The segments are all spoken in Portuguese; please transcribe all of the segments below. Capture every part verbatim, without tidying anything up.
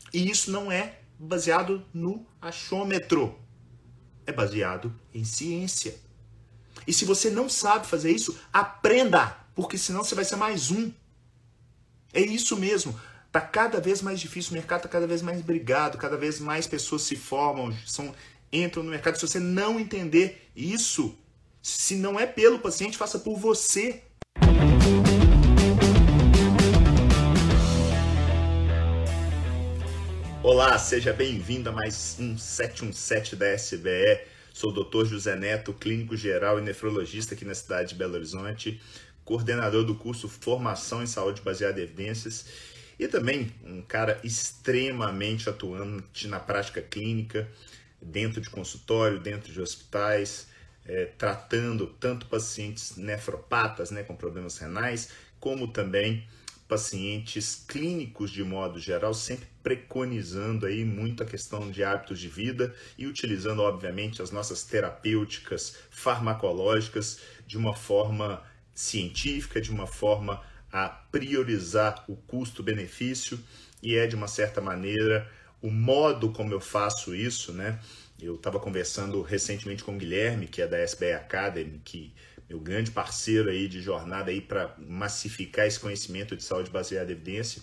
E isso não é baseado no achômetro, é baseado em ciência. E se você não sabe fazer isso, aprenda, porque senão você vai ser mais um. É isso mesmo. Tá cada vez mais difícil, o mercado tá cada vez mais brigado, cada vez mais pessoas se formam, são, entram no mercado. Se você não entender isso, se não é pelo paciente, faça por você. Olá, seja bem-vindo a mais um sete um sete da S B E. Sou o doutor José Neto, clínico geral e nefrologista aqui na cidade de Belo Horizonte, coordenador do curso Formação em Saúde Baseada em Evidências e também um cara extremamente atuante na prática clínica, dentro de consultório, dentro de hospitais, é, tratando tanto pacientes nefropatas, né, com problemas renais, como também pacientes clínicos de modo geral, sempre preconizando aí muito a questão de hábitos de vida e utilizando, obviamente, as nossas terapêuticas farmacológicas de uma forma científica, de uma forma a priorizar o custo-benefício, e é, de uma certa maneira, o modo como eu faço isso, né? Eu estava conversando recentemente com o Guilherme, que é da S B E Academy, que meu grande parceiro aí de jornada aí para massificar esse conhecimento de saúde baseada em evidência.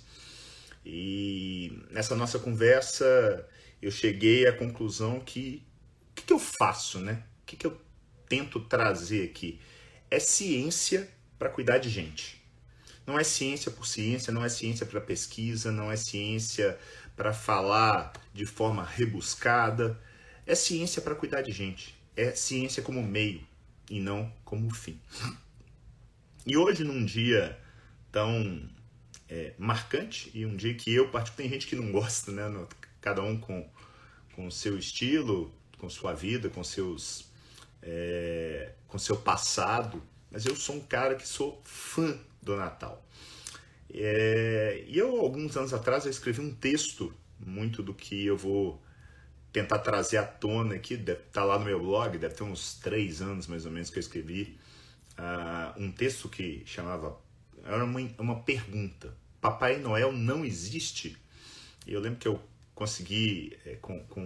E nessa nossa conversa eu cheguei à conclusão que o que, que eu faço, né? O que, que eu tento trazer aqui? É ciência para cuidar de gente. Não é ciência por ciência, não é ciência para pesquisa, não é ciência para falar de forma rebuscada. É ciência para cuidar de gente. É ciência como meio e não como fim. E hoje, num dia tão é, marcante, e um dia que eu, particularmente, tem gente que não gosta, né? No, cada um com, com o seu estilo, com sua vida, com seus é, com seu passado, mas eu sou um cara que sou fã do Natal. É, e eu, alguns anos atrás, eu escrevi um texto, muito do que eu vou tentar trazer à tona aqui, deve estar lá no meu blog, deve ter uns três anos mais ou menos que eu escrevi, uh, um texto que chamava, era uma, uma pergunta, Papai Noel não existe? E eu lembro que eu consegui, é, com, com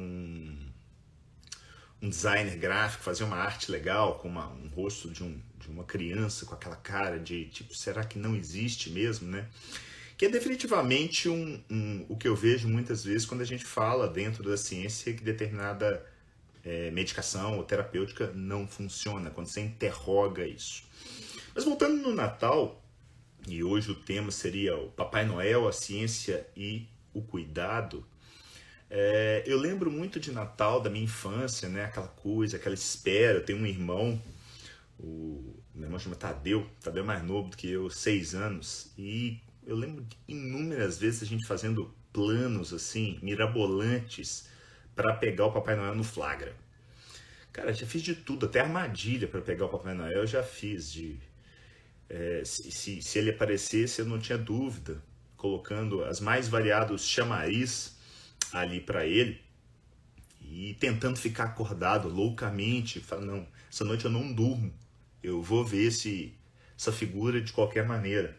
um designer gráfico, fazer uma arte legal, com uma, um rosto de, um, de uma criança, com aquela cara de, tipo, será que não existe mesmo, né? Que é definitivamente um, um, o que eu vejo muitas vezes quando a gente fala dentro da ciência que determinada é, medicação ou terapêutica não funciona, quando você interroga isso. Mas voltando no Natal, e hoje o tema seria o Papai Noel, a ciência e o cuidado, é, eu lembro muito de Natal da minha infância, né? Aquela coisa, aquela espera. Eu tenho um irmão, o meu irmão chama Tadeu, Tadeu é mais novo do que eu, seis anos, e eu lembro de inúmeras vezes a gente fazendo planos assim, mirabolantes, para pegar o Papai Noel no flagra. Cara, já fiz de tudo, até armadilha para pegar o Papai Noel eu já fiz. De, é, se, se, se ele aparecesse, eu não tinha dúvida, colocando as mais variados chamariz ali para ele e tentando ficar acordado loucamente, falando, não, essa noite eu não durmo, eu vou ver esse, essa figura de qualquer maneira.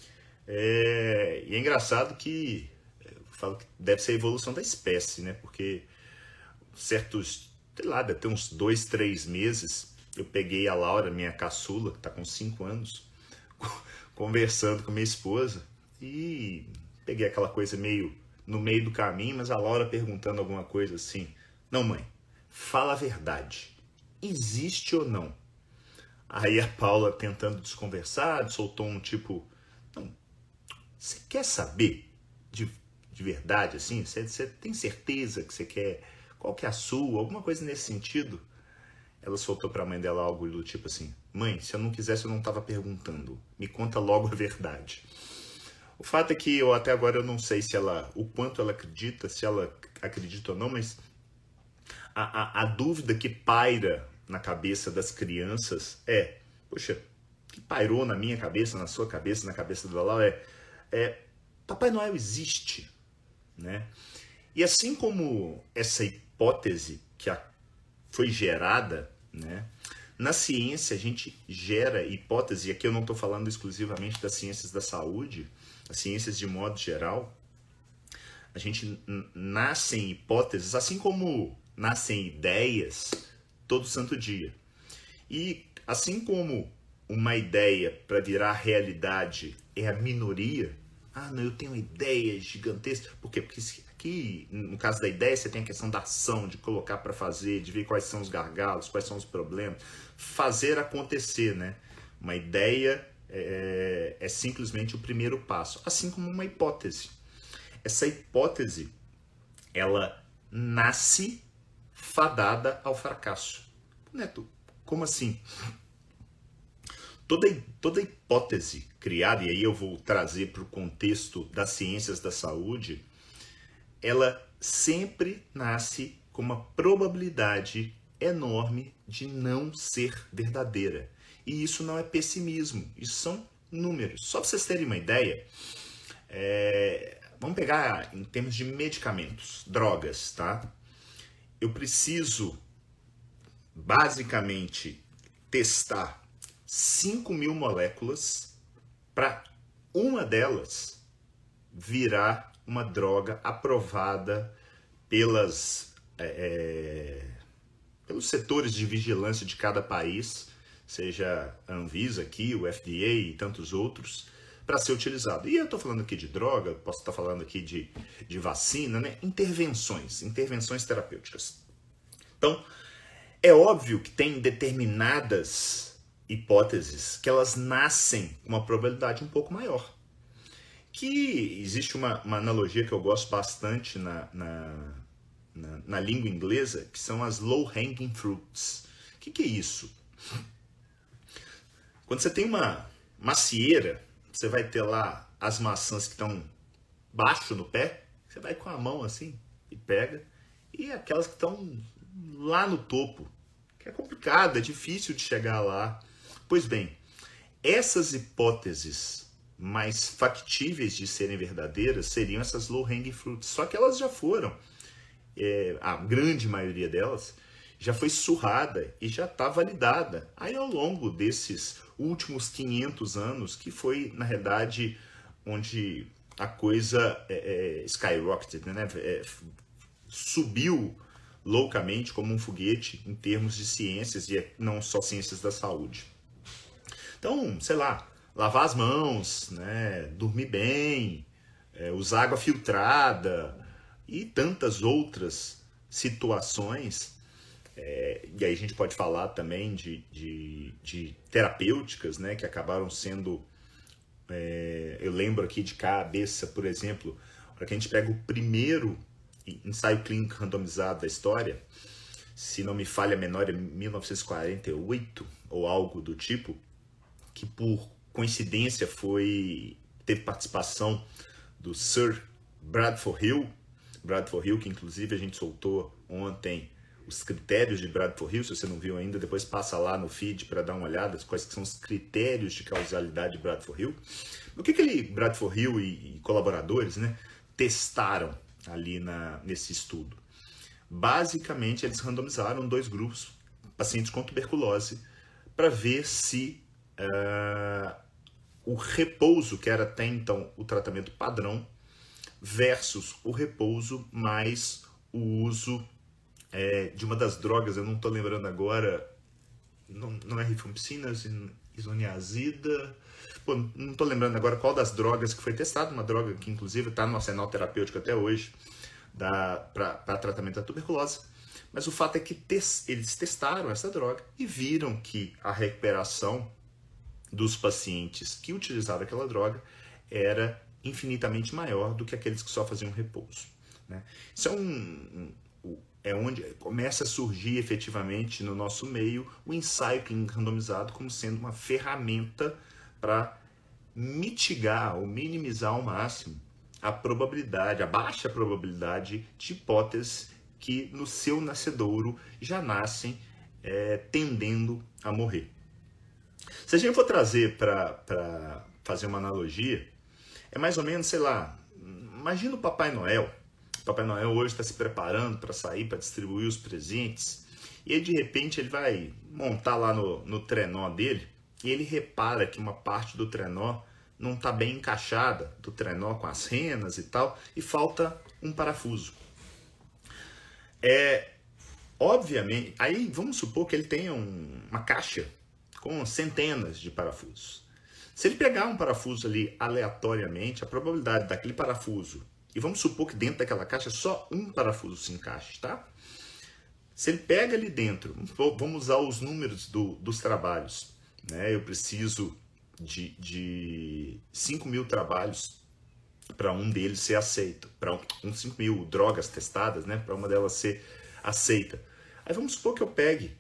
É, e é engraçado que eu falo que deve ser a evolução da espécie, né? Porque certos, sei lá, deve ter uns dois, três meses, eu peguei a Laura, minha caçula, que tá com cinco anos, conversando com minha esposa, e peguei aquela coisa meio no meio do caminho, mas a Laura perguntando alguma coisa assim, não, mãe, fala a verdade, existe ou não? Aí a Paula, tentando desconversar, soltou um tipo, não, você quer saber de, de verdade, assim? Você, você tem certeza que você quer? Qual que é a sua? Alguma coisa nesse sentido? Ela soltou para a mãe dela algo do tipo assim, mãe, se eu não quisesse eu não estava perguntando, me conta logo a verdade. O fato é que eu até agora eu não sei se ela, o quanto ela acredita, se ela acredita ou não, mas a, a, a dúvida que paira na cabeça das crianças é, poxa, que pairou na minha cabeça, na sua cabeça, na cabeça da Laura é, é Papai Noel existe, né? E assim como essa hipótese que a, foi gerada, né? Na ciência a gente gera hipótese, e aqui eu não estou falando exclusivamente das ciências da saúde, as ciências de modo geral, A gente nasce em hipóteses, assim como nascem ideias todo santo dia. E assim como uma ideia para virar realidade é a minoria, ah, não, eu tenho uma ideia gigantesca. Por quê? Porque aqui, no caso da ideia, você tem a questão da ação, de colocar para fazer, de ver quais são os gargalos, quais são os problemas. Fazer acontecer, né? Uma ideia é, é simplesmente o primeiro passo, assim como uma hipótese. Essa hipótese, ela nasce fadada ao fracasso. Neto, como assim? Toda, toda hipótese criada, e aí eu vou trazer para o contexto das ciências da saúde, ela sempre nasce com uma probabilidade enorme de não ser verdadeira. E isso não é pessimismo, isso são números. Só para vocês terem uma ideia, é... vamos pegar em termos de medicamentos, drogas, tá? Eu preciso, basicamente, testar cinco mil moléculas para uma delas virar uma droga aprovada pelas, é, pelos setores de vigilância de cada país, seja a Anvisa aqui, o F D A e tantos outros, para ser utilizado. E eu estou falando aqui de droga, posso estar falando aqui de, de vacina, né? Intervenções, intervenções terapêuticas. Então, é óbvio que tem determinadas hipóteses que elas nascem com uma probabilidade um pouco maior. Que existe uma, uma analogia que eu gosto bastante na, na, na, na língua inglesa, que são as low-hanging fruits. O que, que é isso? Quando você tem uma macieira, você vai ter lá as maçãs que estão baixo no pé, você vai com a mão assim e pega, e aquelas que estão lá no topo, que é complicado, é difícil de chegar lá. Pois bem, essas hipóteses mais factíveis de serem verdadeiras seriam essas low-hanging fruits, só que elas já foram, é, a grande maioria delas, já foi surrada e já está validada. Aí ao longo desses últimos quinhentos anos, que foi, na realidade, onde a coisa é, é, skyrocketed, né? É, subiu loucamente como um foguete em termos de ciências, e não só ciências da saúde. Então, sei lá, lavar as mãos, né? Dormir bem, é, usar água filtrada e tantas outras situações. É, e aí a gente pode falar também de, de, de terapêuticas, né, que acabaram sendo, é, eu lembro aqui de cabeça, por exemplo, para que a gente pega o primeiro ensaio clínico randomizado da história, se não me falha a memória, mil novecentos e quarenta e oito ou algo do tipo, que por coincidência foi, teve participação do Sir Bradford Hill, Bradford Hill, que inclusive a gente soltou ontem os critérios de Bradford Hill. Se você não viu ainda, depois passa lá no feed para dar uma olhada quais que são os critérios de causalidade de Bradford Hill. O que que ele, Bradford Hill e, e colaboradores, né, testaram ali na, nesse estudo? Basicamente, eles randomizaram dois grupos, pacientes com tuberculose, para ver se uh, o repouso, que era até então o tratamento padrão, versus o repouso mais o uso É, de uma das drogas, eu não estou lembrando agora, não, não é rifampicina, isoniazida, pô, não estou lembrando agora qual das drogas que foi testada, uma droga que inclusive está no arsenal terapêutico até hoje, para tratamento da tuberculose. Mas o fato é que tes, eles testaram essa droga e viram que a recuperação dos pacientes que utilizavam aquela droga era infinitamente maior do que aqueles que só faziam repouso, né? Isso é um... um é onde começa a surgir efetivamente no nosso meio o ensaio clínico randomizado como sendo uma ferramenta para mitigar ou minimizar ao máximo a probabilidade, a baixa probabilidade de hipóteses que no seu nascedouro já nascem é, tendendo a morrer. Se a gente for trazer para fazer uma analogia, é mais ou menos, sei lá, imagina o Papai Noel. Papai Noel hoje está se preparando para sair, para distribuir os presentes. E aí, de repente, ele vai montar lá no, no trenó dele e ele repara que uma parte do trenó não está bem encaixada, do trenó com as renas e tal, e falta um parafuso. É, obviamente, aí vamos supor que ele tenha um, uma caixa com centenas de parafusos. Se ele pegar um parafuso ali aleatoriamente, a probabilidade daquele parafuso, e vamos supor que dentro daquela caixa só um parafuso se encaixe, tá? Se ele pega ali dentro, vamos usar os números do, dos trabalhos, né? Eu preciso de, de cinco mil trabalhos para um deles ser aceito, para um, um cinco mil drogas testadas, né? Para uma delas ser aceita. Aí vamos supor que eu pegue,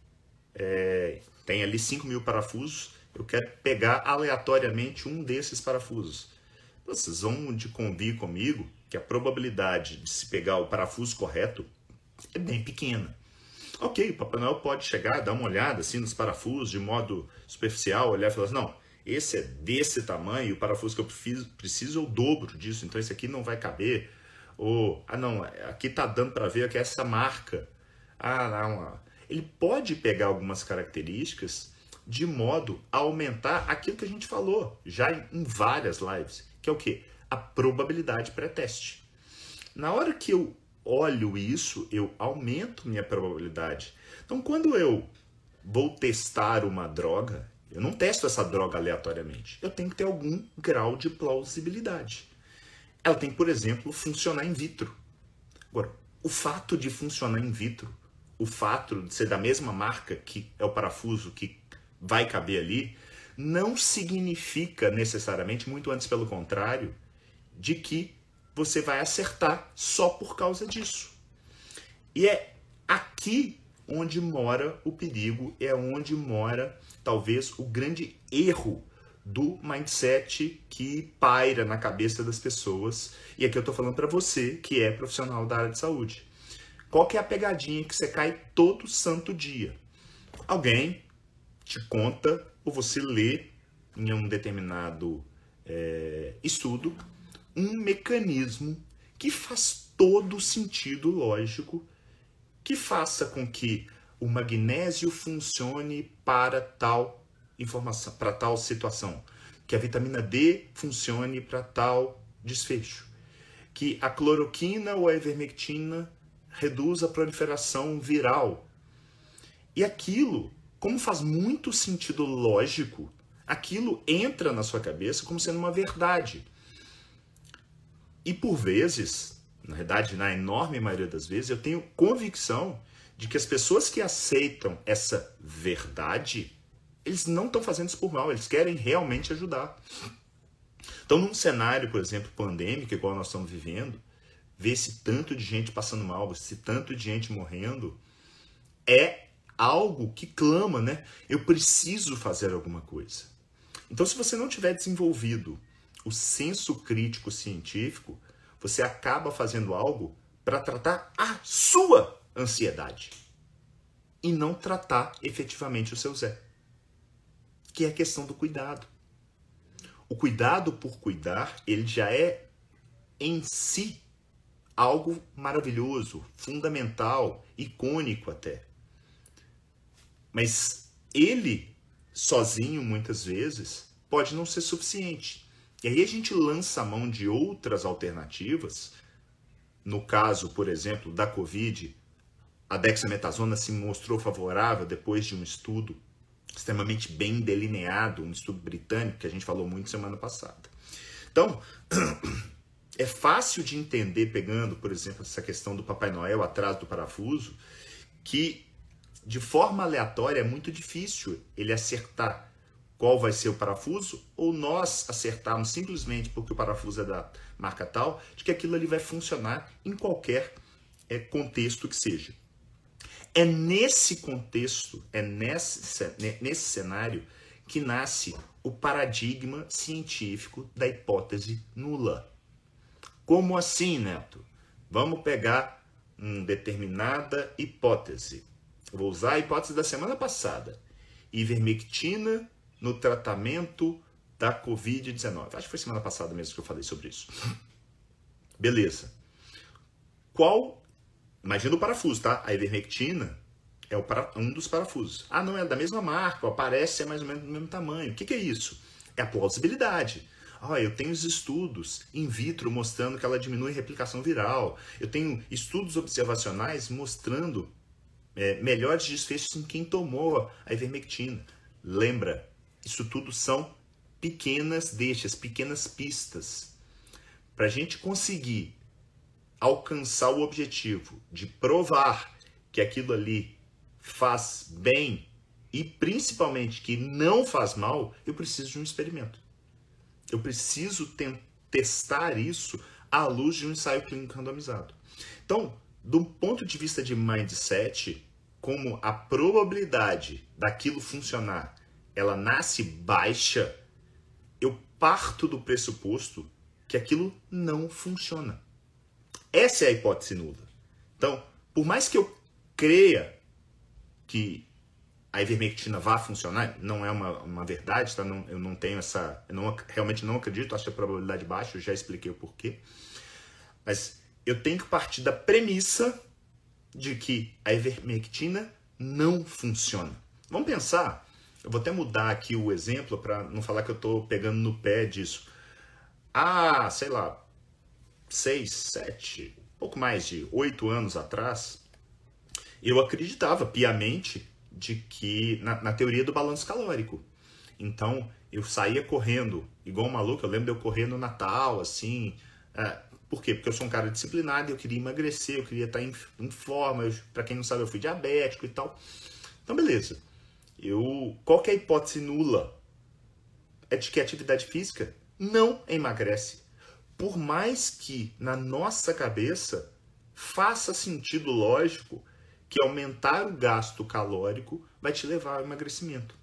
é, tem ali cinco mil parafusos, eu quero pegar aleatoriamente um desses parafusos. Vocês vão de convir comigo que a probabilidade de se pegar o parafuso correto é bem pequena. Ok, o Papai Noel pode chegar, dar uma olhada assim nos parafusos de modo superficial, olhar e falar assim, não, esse é desse tamanho e o parafuso que eu preciso, preciso é o dobro disso, então esse aqui não vai caber. Ou, ah não, aqui tá dando para ver que é essa marca. Ah, não. Ele pode pegar algumas características de modo a aumentar aquilo que a gente falou já em várias lives, que é o quê? A probabilidade pré-teste. Na hora que eu olho isso, eu aumento minha probabilidade. Então, quando eu vou testar uma droga, eu não testo essa droga aleatoriamente. Eu tenho que ter algum grau de plausibilidade. Ela tem, por exemplo, funcionar in vitro. Agora, o fato de funcionar in vitro, o fato de ser da mesma marca que é o parafuso que vai caber ali, não significa necessariamente, muito antes pelo contrário, de que você vai acertar só por causa disso. E é aqui onde mora o perigo, é onde mora talvez o grande erro do mindset que paira na cabeça das pessoas. E aqui eu estou falando para você que é profissional da área de saúde. Qual que é a pegadinha que você cai todo santo dia? Alguém te conta ou você lê em um determinado é, estudo um mecanismo que faz todo sentido lógico, que faça com que o magnésio funcione para tal informação, para tal situação, que a vitamina D funcione para tal desfecho, que a cloroquina ou a ivermectina reduz a proliferação viral. E aquilo, como faz muito sentido lógico, aquilo entra na sua cabeça como sendo uma verdade. E por vezes, na verdade, na enorme maioria das vezes, eu tenho convicção de que as pessoas que aceitam essa verdade, eles não estão fazendo isso por mal, eles querem realmente ajudar. Então, num cenário, por exemplo, pandêmico, igual nós estamos vivendo, ver esse tanto de gente passando mal, esse tanto de gente morrendo, é algo que clama, né? Eu preciso fazer alguma coisa. Então, se você não tiver desenvolvido o senso crítico científico, você acaba fazendo algo para tratar a sua ansiedade e não tratar efetivamente o seu Zé, que é a questão do cuidado. O cuidado por cuidar, ele já é em si algo maravilhoso, fundamental, icônico até. Mas ele, sozinho, muitas vezes, pode não ser suficiente. E aí a gente lança a mão de outras alternativas. No caso, por exemplo, da Covid, a dexametasona se mostrou favorável depois de um estudo extremamente bem delineado, um estudo britânico que a gente falou muito semana passada. Então, é fácil de entender, pegando, por exemplo, essa questão do Papai Noel atrás do parafuso, que de forma aleatória é muito difícil ele acertar qual vai ser o parafuso, ou nós acertarmos simplesmente porque o parafuso é da marca tal, de que aquilo ali vai funcionar em qualquer é, contexto que seja. É nesse contexto, é nesse, nesse cenário que nasce o paradigma científico da hipótese nula. Como assim, Neto? Vamos pegar uma determinada hipótese. Eu vou usar a hipótese da semana passada. Ivermectina no tratamento da covid dezenove. Acho que foi semana passada mesmo que eu falei sobre isso. Beleza. Qual... Imagina o parafuso, tá? A ivermectina é o para... um dos parafusos. Ah, não, é da mesma marca, parece ser mais ou menos do mesmo tamanho. O que, que é isso? É a plausibilidade. Oh, eu tenho os estudos in vitro mostrando que ela diminui replicação viral. Eu tenho estudos observacionais mostrando é, melhores desfechos em quem tomou a ivermectina. Lembra, isso tudo são pequenas deixas, pequenas pistas. Para a gente conseguir alcançar o objetivo de provar que aquilo ali faz bem e principalmente que não faz mal, eu preciso de um experimento. Eu preciso testar isso à luz de um ensaio clínico randomizado. Então, do ponto de vista de mindset, como a probabilidade daquilo funcionar, ela nasce baixa, eu parto do pressuposto que aquilo não funciona. Essa é a hipótese nula. Então, por mais que eu creia que a ivermectina vá funcionar, não é uma, uma verdade, tá? Não, eu não tenho essa... Eu não, realmente não acredito, acho a probabilidade baixa, eu já expliquei o porquê. Mas eu tenho que partir da premissa de que a ivermectina não funciona. Vamos pensar, eu vou até mudar aqui o exemplo para não falar que eu estou pegando no pé disso. Ah, sei lá, seis, sete, pouco mais de oito anos atrás, eu acreditava piamente de que na, na teoria do balanço calórico. Então, eu saía correndo, igual um maluco. Eu lembro de eu correr no Natal, assim. É, por quê? Porque eu sou um cara disciplinado, eu queria emagrecer, eu queria estar em, em forma. Para quem não sabe, eu fui diabético e tal. Então, beleza. Eu, qual que é a hipótese nula? É de que a atividade física não emagrece. Por mais que, na nossa cabeça, faça sentido lógico que aumentar o gasto calórico vai te levar ao emagrecimento.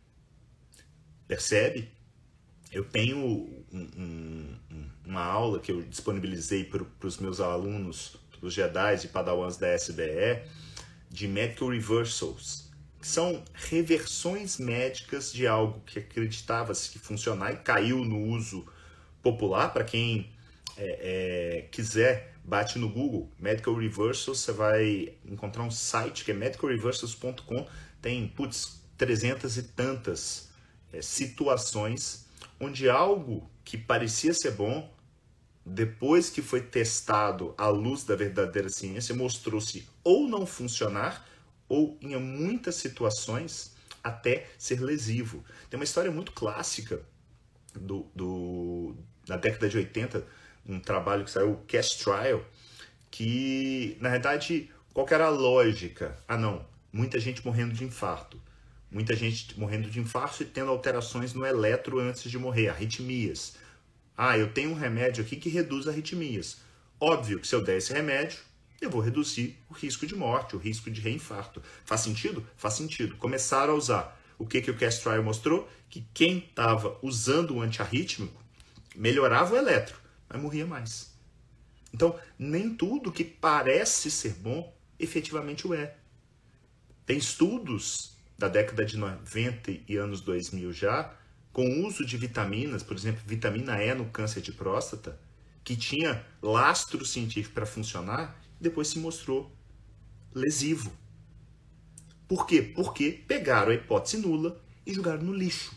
Percebe? Eu tenho um, um, uma aula que eu disponibilizei para os meus alunos, os Jedis e Padawans da S B E, de Medical Reversals, que são reversões médicas de algo que acreditava-se que funcionar e caiu no uso popular. Para quem é, é, quiser, bate no Google, Medical Reversals, você vai encontrar um site que é medical reversals ponto com, tem, putz, trezentas e tantas é, situações onde algo que parecia ser bom, depois que foi testado à luz da verdadeira ciência, mostrou-se ou não funcionar, ou em muitas situações até ser lesivo. Tem uma história muito clássica do, do, da década de oitenta, um trabalho que saiu, o Cass Trial, que, na verdade, qual que era a lógica? Ah, não, muita gente morrendo de infarto. Muita gente morrendo de infarto e tendo alterações no eletro antes de morrer, arritmias. Ah, eu tenho um remédio aqui que reduz arritmias. Óbvio que se eu der esse remédio, eu vou reduzir o risco de morte, o risco de reinfarto. Faz sentido? Faz sentido. Começaram a usar. O que, que o Cass Trial mostrou? Que quem estava usando o antiarrítmico melhorava o eletro, mas morria mais. Então, nem tudo que parece ser bom, efetivamente o é. Tem estudos da década de noventa e anos dois mil já, com o uso de vitaminas, por exemplo, vitamina E no câncer de próstata, que tinha lastro científico para funcionar, e depois se mostrou lesivo. Por quê? Porque pegaram a hipótese nula e jogaram no lixo.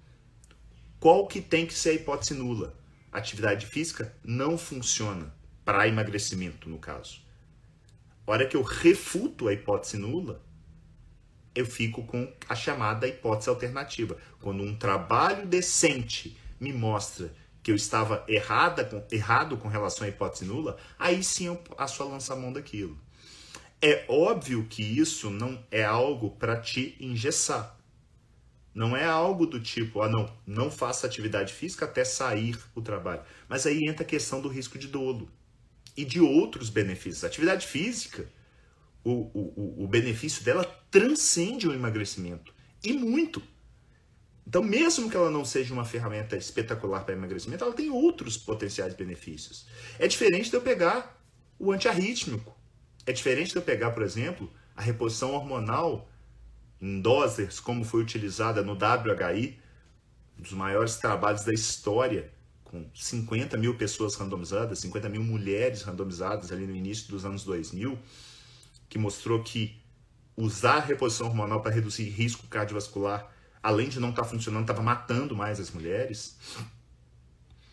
Qual que tem que ser a hipótese nula? A atividade física não funciona para emagrecimento, no caso. A hora que eu refuto a hipótese nula, eu fico com a chamada hipótese alternativa. Quando um trabalho decente me mostra que eu estava errada, com, errado com relação à hipótese nula, aí sim eu passo a lançar a mão daquilo. É óbvio que isso não é algo para te engessar. Não é algo do tipo, ah não, não faça atividade física até sair o trabalho. Mas aí entra a questão do risco de dolo e de outros benefícios. A atividade física, o, o, o benefício dela transcende o emagrecimento, e muito. Então, mesmo que ela não seja uma ferramenta espetacular para emagrecimento, ela tem outros potenciais benefícios. É diferente de eu pegar o antiarrítmico. É diferente de eu pegar, por exemplo, a reposição hormonal em doses, como foi utilizada no W H I, um dos maiores trabalhos da história, com cinquenta mil pessoas randomizadas, cinquenta mil mulheres randomizadas ali no início dos anos dois mil, que mostrou que usar a reposição hormonal para reduzir risco cardiovascular, além de não estar funcionando, estava matando mais as mulheres.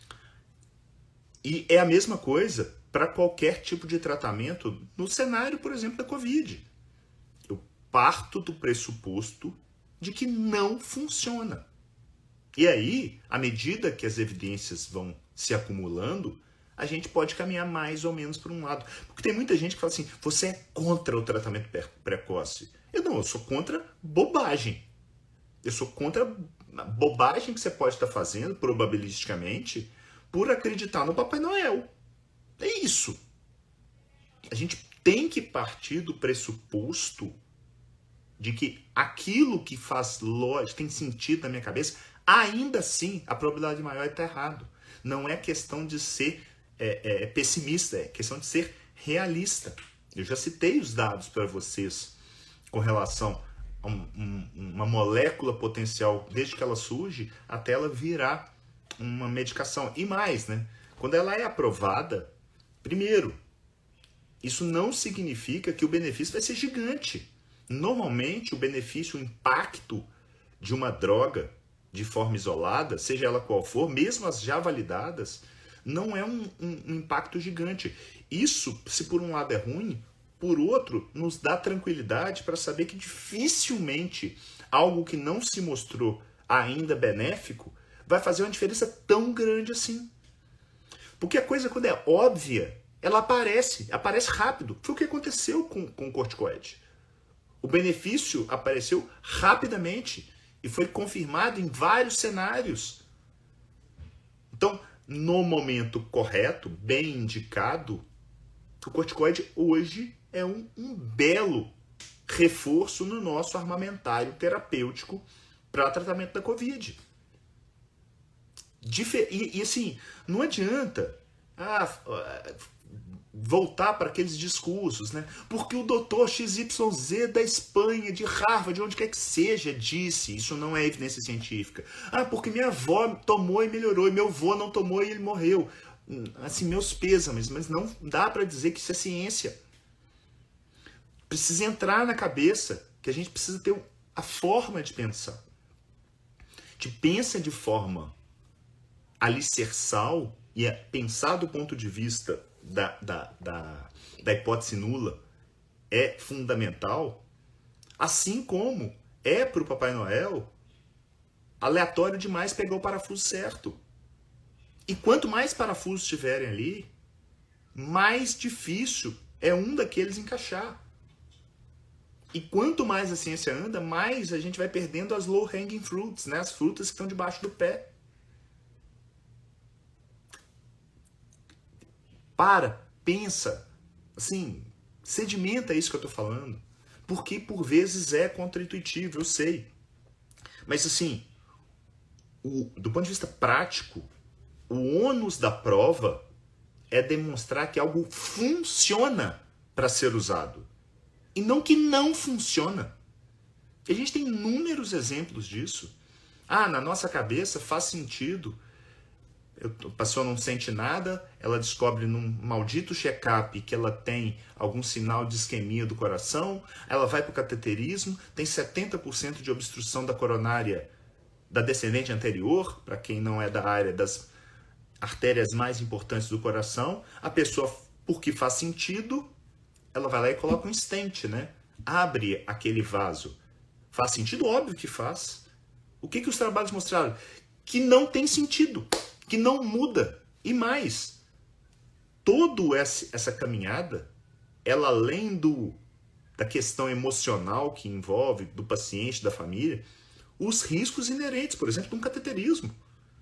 E é a mesma coisa para qualquer tipo de tratamento no cenário, por exemplo, da Covid. Eu parto do pressuposto de que não funciona. E aí, à medida que as evidências vão se acumulando, a gente pode caminhar mais ou menos para um lado. Porque tem muita gente que fala assim, você é contra o tratamento precoce. Eu não, eu sou contra bobagem. Eu sou contra a bobagem que você pode estar fazendo, probabilisticamente, por acreditar no Papai Noel. É isso. A gente tem que partir do pressuposto de que aquilo que faz lógica, tem sentido na minha cabeça, ainda assim a probabilidade maior é estar errado. Não é questão de ser é, é, pessimista, é questão de ser realista. Eu já citei os dados para vocês com relação a um, um, uma molécula potencial, desde que ela surge até ela virar uma medicação. E mais, né? Quando ela é aprovada, primeiro, isso não significa que o benefício vai ser gigante. Normalmente, o benefício, o impacto de uma droga de forma isolada, seja ela qual for, mesmo as já validadas, não é um, um, um impacto gigante. Isso, se por um lado é ruim, por outro, nos dá tranquilidade para saber que dificilmente algo que não se mostrou ainda benéfico vai fazer uma diferença tão grande assim. Porque a coisa, quando é óbvia, ela aparece, aparece rápido. Foi o que aconteceu com, com o corticoide. O benefício apareceu rapidamente e foi confirmado em vários cenários. Então, no momento correto, bem indicado, o corticoide hoje é um, um belo reforço no nosso armamentário terapêutico para tratamento da Covid. Difer e, e assim, não adianta ah, voltar para aqueles discursos, né? Porque o doutor X Y Z da Espanha, de Harvard, de onde quer que seja, disse, isso não é evidência científica. Ah, porque minha avó tomou e melhorou, e meu avô não tomou e ele morreu. Assim, meus pêsames, mas não dá para dizer que isso é ciência. Precisa entrar na cabeça que a gente precisa ter a forma de pensar. A gente pensa de forma alicerçal e é pensar do ponto de vista da, da, da, da hipótese nula é fundamental, assim como é para o Papai Noel aleatório demais pegar o parafuso certo. E quanto mais parafusos tiverem ali, mais difícil é um daqueles encaixar. E quanto mais a ciência anda, mais a gente vai perdendo as low-hanging fruits, né? As frutas que estão debaixo do pé. Para, pensa, assim, sedimenta isso que eu estou falando. Porque por vezes é contra-intuitivo, eu sei. Mas assim, o, do ponto de vista prático, o ônus da prova é demonstrar que algo funciona para ser usado. E não que não funciona. A gente tem inúmeros exemplos disso. Ah, na nossa cabeça faz sentido. A pessoa não sente nada, ela descobre num maldito check-up que ela tem algum sinal de isquemia do coração, ela vai para o cateterismo, tem setenta por cento de obstrução da coronária da descendente anterior, para quem não é da área das artérias mais importantes do coração, a pessoa, porque faz sentido, ela vai lá e coloca um stent, né? Abre aquele vaso. Faz sentido? Óbvio que faz. O que, que os trabalhos mostraram? Que não tem sentido, que não muda. E mais, toda essa caminhada, ela além do, da questão emocional que envolve do paciente, da família, os riscos inerentes, por exemplo, de um cateterismo.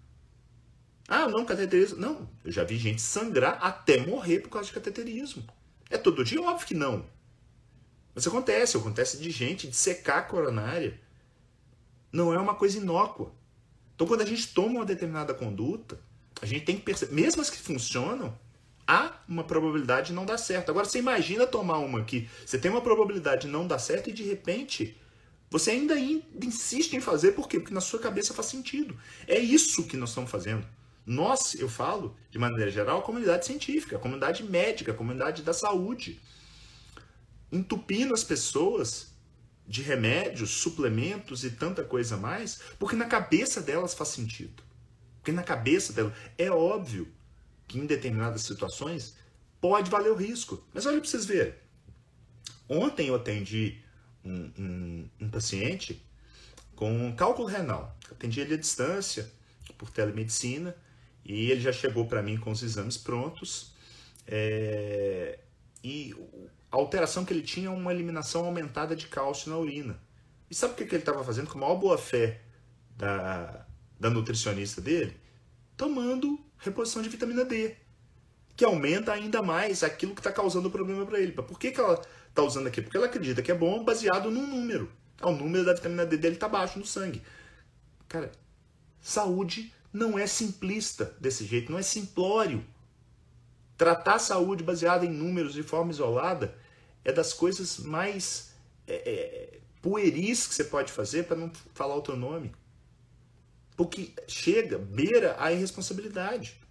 Ah, não, cateterismo. Não, eu já vi gente sangrar até morrer por causa de cateterismo. É todo dia? Óbvio que não. Mas acontece, acontece de gente de secar a coronária. Não é uma coisa inócua. Então, quando a gente toma uma determinada conduta, a gente tem que perceber, mesmo as que funcionam, há uma probabilidade de não dar certo. Agora, você imagina tomar uma que você tem uma probabilidade de não dar certo e, de repente, você ainda insiste em fazer. Por quê? Porque na sua cabeça faz sentido. É isso que nós estamos fazendo. Nós, eu falo, de maneira geral, a comunidade científica, a comunidade médica, a comunidade da saúde, entupindo as pessoas de remédios, suplementos e tanta coisa mais, porque na cabeça delas faz sentido. Porque na cabeça delas é óbvio que em determinadas situações pode valer o risco. Mas olha para vocês verem. Ontem eu atendi um, um, um paciente com cálculo renal. Atendi ele à distância, por telemedicina, e ele já chegou para mim com os exames prontos. É, e a alteração que ele tinha é uma eliminação aumentada de cálcio na urina. E sabe o que, que ele estava fazendo com a maior boa-fé da, da nutricionista dele? Tomando reposição de vitamina D, que aumenta ainda mais aquilo que está causando o problema para ele. Por que, que ela está usando aqui? Porque ela acredita que é bom baseado num número. O número da vitamina D dele está baixo no sangue. Cara, saúde não é simplista desse jeito, não é simplório. Tratar a saúde baseada em números de forma isolada é das coisas mais é, é, pueris que você pode fazer, para não falar outro nome. Porque chega, beira a irresponsabilidade.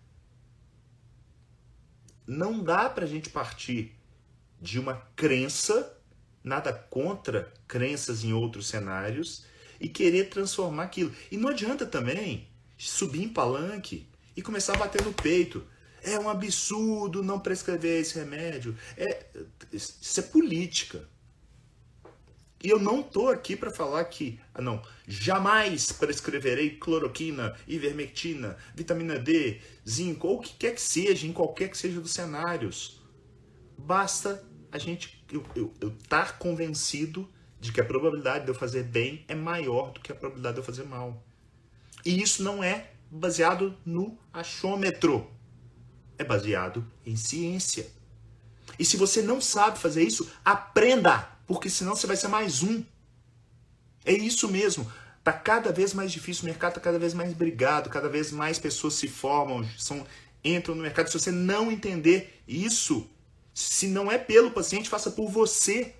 Não dá para a gente partir de uma crença, nada contra crenças em outros cenários, e querer transformar aquilo. E não adianta também subir em palanque e começar a bater no peito. É um absurdo não prescrever esse remédio. É, isso é política. E eu não estou aqui para falar que, ah, não, jamais prescreverei cloroquina, ivermectina, vitamina D, zinco, ou o que quer que seja, em qualquer que seja dos cenários. Basta a gente, eu, eu, eu estar convencido de que a probabilidade de eu fazer bem é maior do que a probabilidade de eu fazer mal. E isso não é baseado no achômetro. É baseado em ciência. E se você não sabe fazer isso, aprenda, porque senão você vai ser mais um. É isso mesmo. Está cada vez mais difícil, o mercado está cada vez mais brigado, cada vez mais pessoas se formam, são, entram no mercado. Se você não entender isso, se não é pelo paciente, faça por você.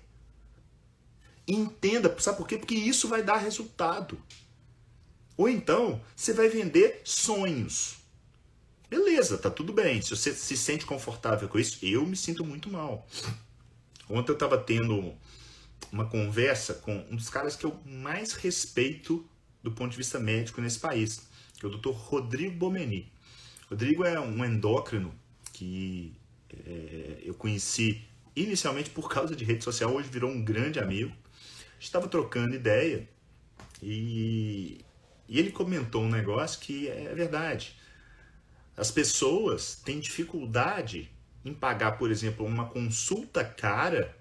Entenda, sabe por quê? Porque isso vai dar resultado. Ou então, você vai vender sonhos. Beleza, tá tudo bem. Se você se sente confortável com isso, eu me sinto muito mal. Ontem eu estava tendo uma conversa com um dos caras que eu mais respeito do ponto de vista médico nesse país, que é o doutor Rodrigo Bomeni. Rodrigo é um endócrino que é, eu conheci inicialmente por causa de rede social, hoje virou um grande amigo. Estava trocando ideia e, e ele comentou um negócio que é verdade. As pessoas têm dificuldade em pagar, por exemplo, uma consulta cara,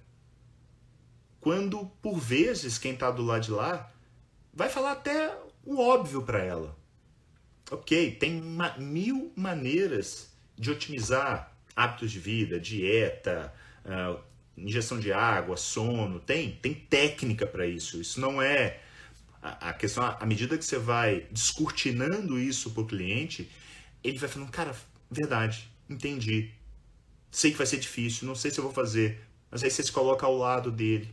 quando, por vezes, quem está do lado de lá vai falar até o óbvio para ela. Ok, tem uma, mil maneiras de otimizar hábitos de vida, dieta, uh, ingestão de água, sono, tem, tem técnica para isso. Isso não é a, a questão, à medida que você vai descortinando isso para o cliente, ele vai falando, cara, verdade, entendi. Sei que vai ser difícil, não sei se eu vou fazer. Mas aí você se coloca ao lado dele.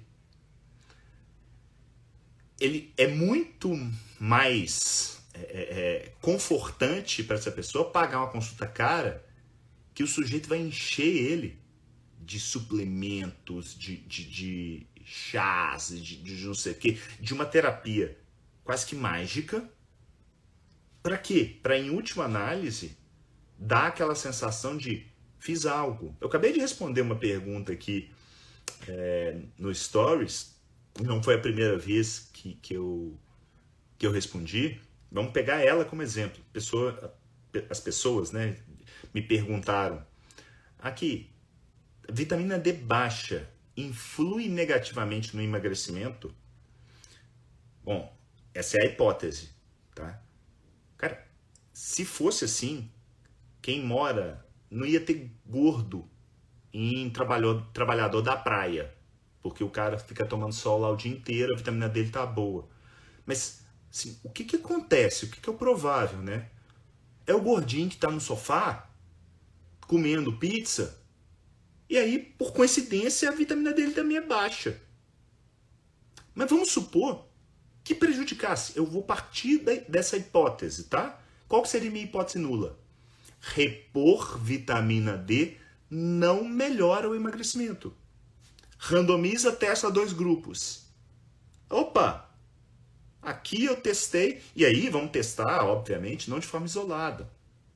Ele é muito mais é, é, confortante para essa pessoa pagar uma consulta cara, que o sujeito vai encher ele de suplementos, de, de, de chás, de, de não sei o quê, de uma terapia quase que mágica. Para quê? Para, em última análise, dar aquela sensação de fiz algo. Eu acabei de responder uma pergunta aqui é, no Stories, não foi a primeira vez que, que, eu, que eu respondi. Vamos pegar ela como exemplo. Pessoa, as pessoas, né, me perguntaram, aqui, vitamina D baixa influi negativamente no emagrecimento? Bom, essa é a hipótese, tá? Cara, se fosse assim, quem mora não ia ter gordo em trabalhador, trabalhador da praia, porque o cara fica tomando sol lá o dia inteiro, a vitamina dele tá boa. Mas, assim, o que que acontece? O que que é o provável, né? É o gordinho que tá no sofá, comendo pizza, e aí, por coincidência, a vitamina dele também é baixa. Mas vamos supor que prejudicasse. Eu vou partir dessa hipótese, tá? Qual que seria a minha hipótese nula? Repor vitamina D não melhora o emagrecimento. Randomiza, testa dois grupos. Opa! Aqui eu testei, e aí vamos testar, obviamente, não de forma isolada.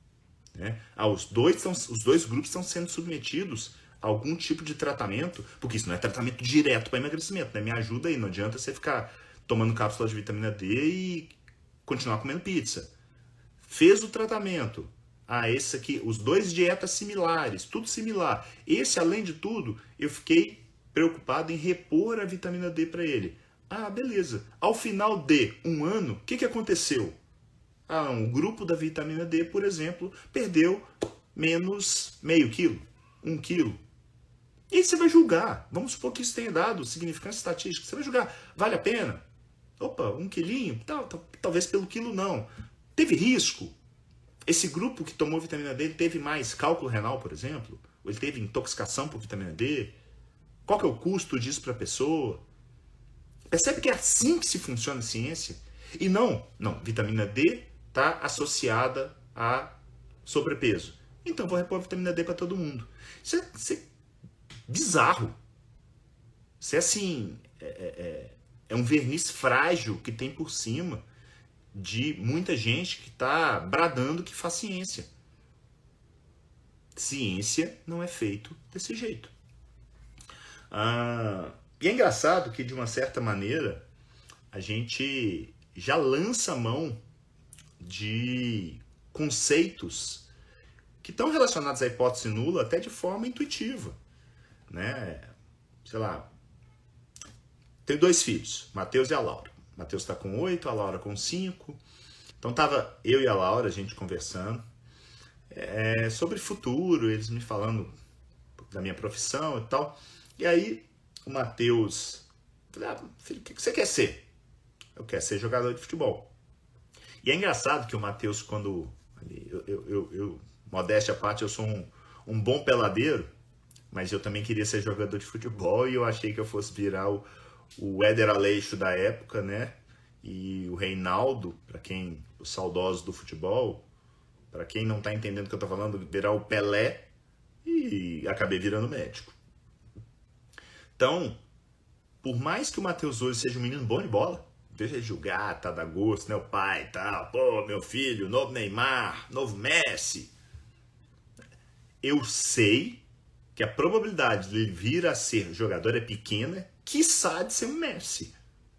Né? Ah, os, dois estão, os dois grupos estão sendo submetidos a algum tipo de tratamento, porque isso não é tratamento direto para emagrecimento, né? Me ajuda aí, não adianta você ficar tomando cápsula de vitamina D e continuar comendo pizza. Fez o tratamento. Ah, esse aqui, os dois dietas similares, tudo similar. Esse, além de tudo, eu fiquei preocupado em repor a vitamina D para ele. Ah, beleza. Ao final de um ano, o que, que aconteceu? Ah, um grupo da vitamina D, por exemplo, perdeu menos meio quilo, um quilo. E aí você vai julgar. Vamos supor que isso tenha dado significância estatística. Você vai julgar. Vale a pena? Opa, um quilinho? Tal, tal, talvez pelo quilo não. Teve risco? Esse grupo que tomou vitamina D teve mais cálculo renal, por exemplo? Ou ele teve intoxicação por vitamina D? Qual que é o custo disso para a pessoa? Percebe que é assim que se funciona a ciência? E não, não, vitamina D está associada a sobrepeso. Então vou repor vitamina D para todo mundo. Isso é, isso é bizarro. Isso é assim, é, é, é um verniz frágil que tem por cima de muita gente que está bradando que faz ciência. Ciência não é feito desse jeito. Ah, e é engraçado que, de uma certa maneira, a gente já lança a mão de conceitos que estão relacionados à hipótese nula até de forma intuitiva. Né? Sei lá, tenho dois filhos, Matheus e a Laura. Matheus está com oito, a Laura com cinco. Então tava eu e a Laura, a gente conversando é, sobre futuro, eles me falando da minha profissão e tal. E aí o Matheus, falei, ah, filho, o que você quer ser? Eu quero ser jogador de futebol. E é engraçado que o Matheus, quando, eu, eu, eu, eu modéstia à parte, eu sou um, um bom peladeiro, mas eu também queria ser jogador de futebol e eu achei que eu fosse virar o, o Éder Aleixo da época, né? E o Reinaldo, para quem, os saudosos do futebol, para quem não tá entendendo o que eu tô falando, virar o Pelé, e acabei virando médico. Então, por mais que o Matheus hoje seja um menino bom de bola, deixa ele jogar, tá da gosto, né? O pai e tal, pô, meu filho, novo Neymar, novo Messi. Eu sei que a probabilidade de ele vir a ser jogador é pequena, quiçá de ser um Messi.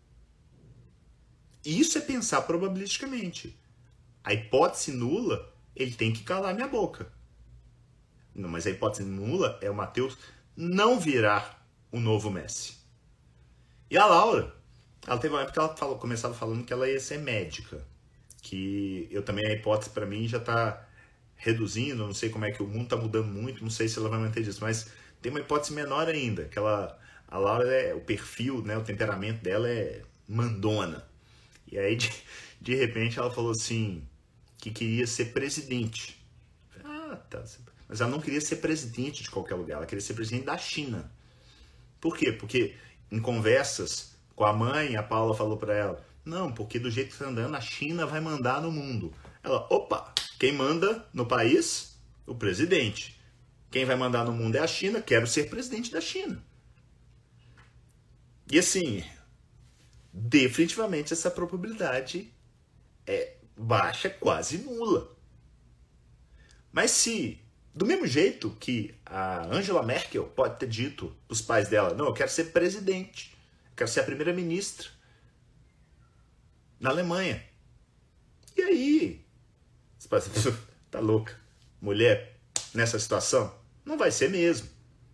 Isso é pensar probabilisticamente. A hipótese nula, ele tem que calar minha boca. Não, mas a hipótese nula é o Matheus não virar o novo Messi. E a Laura, ela teve uma época que ela falou, começava falando que ela ia ser médica. Que eu também, a hipótese para mim já está reduzindo, não sei como é que o mundo está mudando muito, não sei se ela vai manter isso, mas tem uma hipótese menor ainda, que ela, a Laura, é, o perfil, né, o temperamento dela é mandona. E aí, de, de repente, ela falou assim, que queria ser presidente. Ah, tá. Mas ela não queria ser presidente de qualquer lugar, ela queria ser presidente da China. Por quê? Porque em conversas com a mãe, a Paula falou para ela, não, porque do jeito que está andando, a China vai mandar no mundo. Ela, opa, quem manda no país? O presidente. Quem vai mandar no mundo é a China, quero ser presidente da China. E assim, definitivamente essa probabilidade é baixa, quase nula. Mas se, do mesmo jeito que a Angela Merkel pode ter dito para os pais dela, não, eu quero ser presidente, eu quero ser a primeira-ministra na Alemanha. E aí? Você pode dizer, tá louca? Mulher nessa situação? Não vai ser mesmo.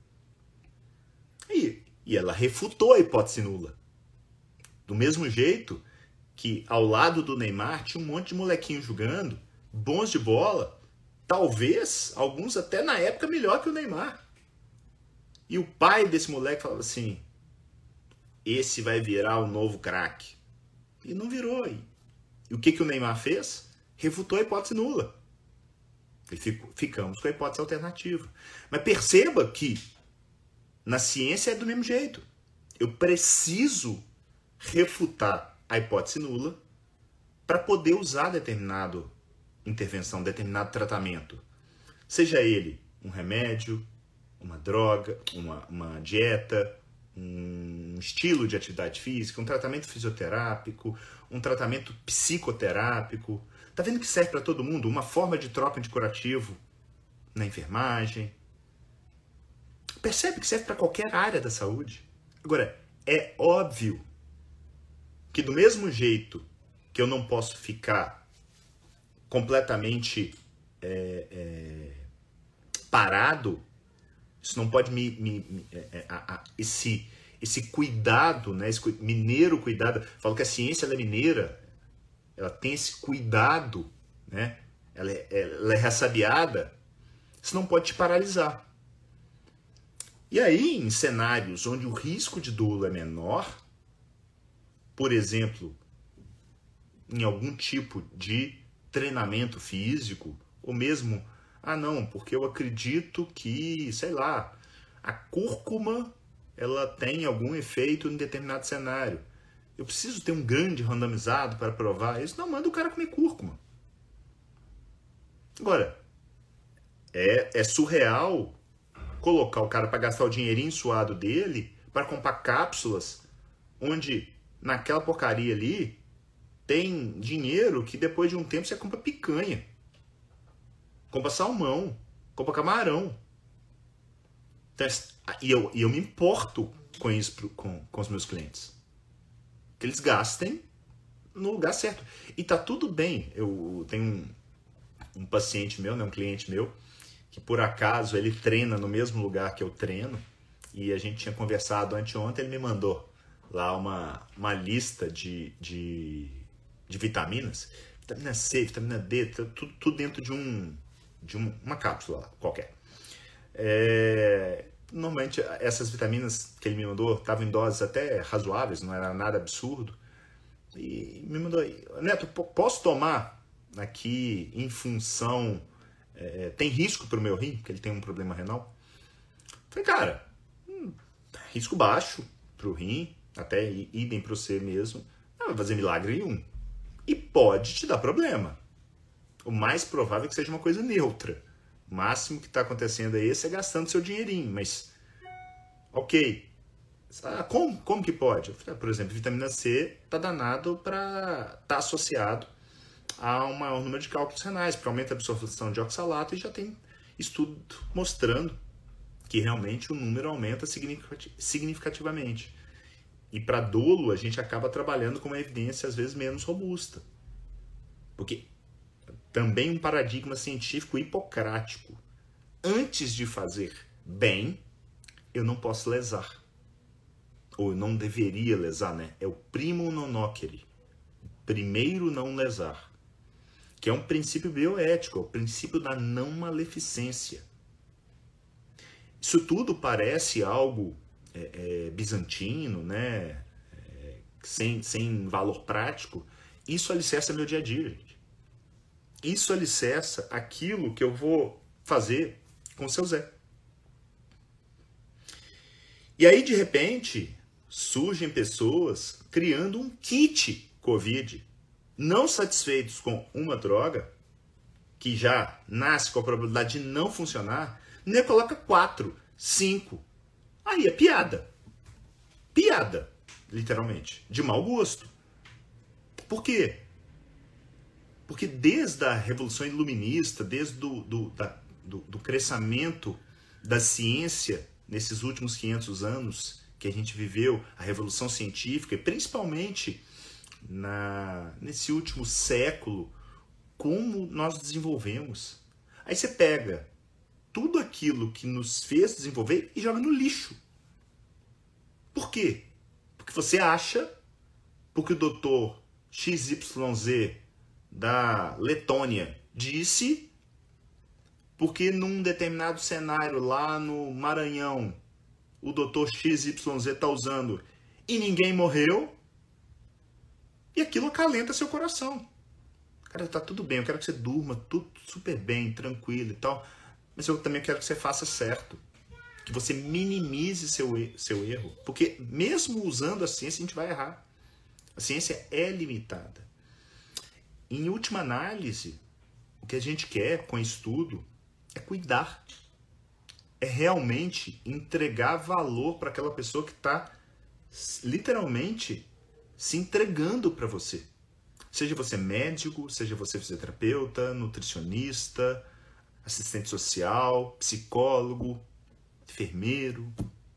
E, e ela refutou a hipótese nula. Do mesmo jeito que ao lado do Neymar tinha um monte de molequinho jogando, bons de bola, talvez alguns até na época melhor que o Neymar. E o pai desse moleque falava assim, esse vai virar o novo craque. E não virou. E, e o que, que o Neymar fez? Refutou a hipótese nula. E fico, ficamos com a hipótese alternativa. Mas perceba que na ciência é do mesmo jeito. Eu preciso refutar a hipótese nula para poder usar determinada intervenção, determinado tratamento. Seja ele um remédio, uma droga, uma, uma dieta, um estilo de atividade física, um tratamento fisioterápico, um tratamento psicoterápico. Tá vendo que serve para todo mundo? Uma forma de troca anticorativo na enfermagem. Percebe que serve para qualquer área da saúde. Agora, é óbvio que do mesmo jeito que eu não posso ficar completamente é, é, parado, isso não pode me... me, me é, a, a, esse, esse cuidado, né, esse mineiro cuidado, falo que a ciência ela é mineira, ela tem esse cuidado, né, ela é, ela é ressabiada, isso não pode te paralisar. E aí, em cenários onde o risco de dolo é menor, por exemplo, em algum tipo de treinamento físico, ou mesmo, ah não, porque eu acredito que, sei lá, a cúrcuma ela tem algum efeito em determinado cenário. Eu preciso ter um grande randomizado para provar isso. Não, manda o cara comer cúrcuma. Agora, é, é surreal colocar o cara para gastar o dinheirinho suado dele para comprar cápsulas onde naquela porcaria ali tem dinheiro que depois de um tempo você compra picanha, compra salmão, compra camarão. Então, e, eu, e eu me importo com isso pro, com, com os meus clientes. Que eles gastem no lugar certo. E tá tudo bem. Eu tenho um, um paciente meu, né, um cliente meu, que por acaso ele treina no mesmo lugar que eu treino, e a gente tinha conversado anteontem, ele me mandou lá uma, uma lista de, de, de vitaminas, vitamina C, vitamina D, tudo, tudo dentro de, um, de um, uma cápsula lá, qualquer. É, normalmente essas vitaminas que ele me mandou estavam em doses até razoáveis, não era nada absurdo, e me mandou, Neto, posso tomar aqui em função... É, tem risco para o meu rim, porque ele tem um problema renal? Falei, cara, hum, risco baixo para o rim, até idem para você mesmo, não vai fazer milagre nenhum. E pode te dar problema. O mais provável é que seja uma coisa neutra. O máximo que está acontecendo aí é você gastando seu dinheirinho, mas ok. Ah, como? Como que pode? Eu falei, por exemplo, vitamina C está danado para estar tá associado há um maior número de cálculos renais, porque aumenta a absorção de oxalato, e já tem estudo mostrando que realmente o número aumenta significativamente. E para dolo, a gente acaba trabalhando com uma evidência às vezes menos robusta. Porque também um paradigma científico hipocrático. Antes de fazer bem, eu não posso lesar. Ou eu não deveria lesar, né? É o primo non nocere. Primeiro não lesar. Que é um princípio bioético, é o princípio da não maleficência. Isso tudo parece algo é, é, bizantino, né? É, sem, sem valor prático. Isso alicerça meu dia a dia, gente. Isso alicerça aquilo que eu vou fazer com o seu Zé. E aí, de repente, surgem pessoas criando um kit Covid. Não satisfeitos com uma droga, que já nasce com a probabilidade de não funcionar, nem coloca quatro, cinco. Aí é piada. Piada, literalmente. De mau gosto. Por quê? Porque desde a Revolução Iluminista, desde do, do, da, do, do crescimento da ciência, nesses últimos quinhentos anos que a gente viveu, a Revolução Científica, e principalmente... Na, nesse último século, como nós desenvolvemos. Aí você pega tudo aquilo que nos fez desenvolver e joga no lixo. Por quê? Porque você acha, porque o doutor X Y Z da Letônia disse, porque num determinado cenário lá no Maranhão, o doutor X Y Z está usando e ninguém morreu, e aquilo acalenta seu coração. Cara, tá tudo bem, eu quero que você durma tudo super bem, tranquilo e tal, mas eu também quero que você faça certo. Que você minimize seu, seu erro. Porque mesmo usando a ciência, a gente vai errar. A ciência é limitada. Em última análise, o que a gente quer com estudo é cuidar. É realmente entregar valor para aquela pessoa que está literalmente se entregando para você. Seja você médico, seja você fisioterapeuta, nutricionista, assistente social, psicólogo, enfermeiro.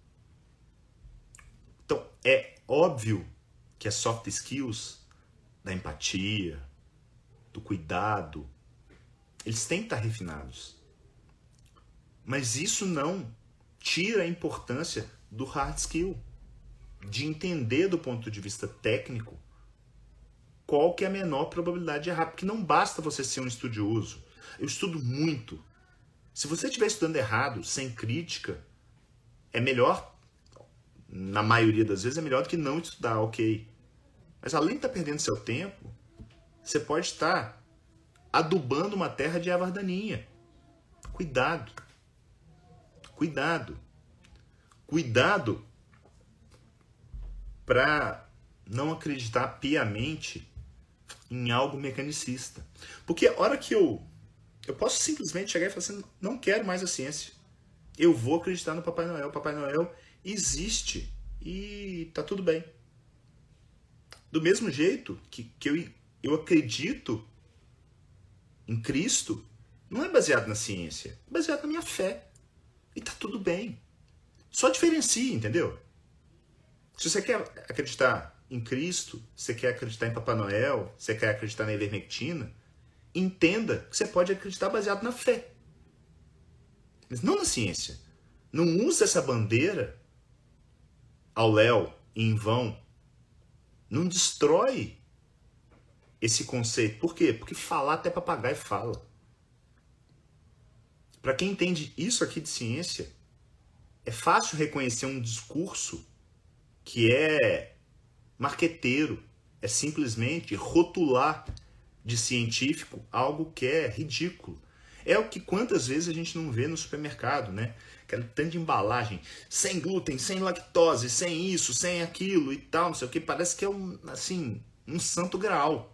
Então, é óbvio que as soft skills da empatia, do cuidado, eles têm que estar refinados. Mas isso não tira a importância do hard skill, de entender do ponto de vista técnico qual que é a menor probabilidade de errar, porque não basta você ser um estudioso. Eu estudo muito. Se você estiver estudando errado, sem crítica, é melhor, na maioria das vezes, é melhor do que não estudar, ok. Mas além de estar perdendo seu tempo, você pode estar adubando uma terra de erva daninha. Cuidado. Cuidado. Cuidado para não acreditar piamente em algo mecanicista. Porque a hora que eu... Eu posso simplesmente chegar e falar assim, não quero mais a ciência. Eu vou acreditar no Papai Noel. O Papai Noel existe e tá tudo bem. Do mesmo jeito que, que eu, eu acredito em Cristo, não é baseado na ciência, é baseado na minha fé. E tá tudo bem. Só diferencia, entendeu? Se você quer acreditar em Cristo, se você quer acreditar em Papai Noel, se você quer acreditar na ivermectina, entenda que você pode acreditar baseado na fé. Mas não na ciência. Não use essa bandeira ao léu, em vão. Não destrói esse conceito. Por quê? Porque falar até papagaio fala. Para quem entende isso aqui de ciência, é fácil reconhecer um discurso que é marqueteiro, é simplesmente rotular de científico algo que é ridículo. É o que quantas vezes a gente não vê no supermercado, né? Aquela tanto de embalagem, sem glúten, sem lactose, sem isso, sem aquilo e tal, não sei o que, parece que é um, assim, um santo graal.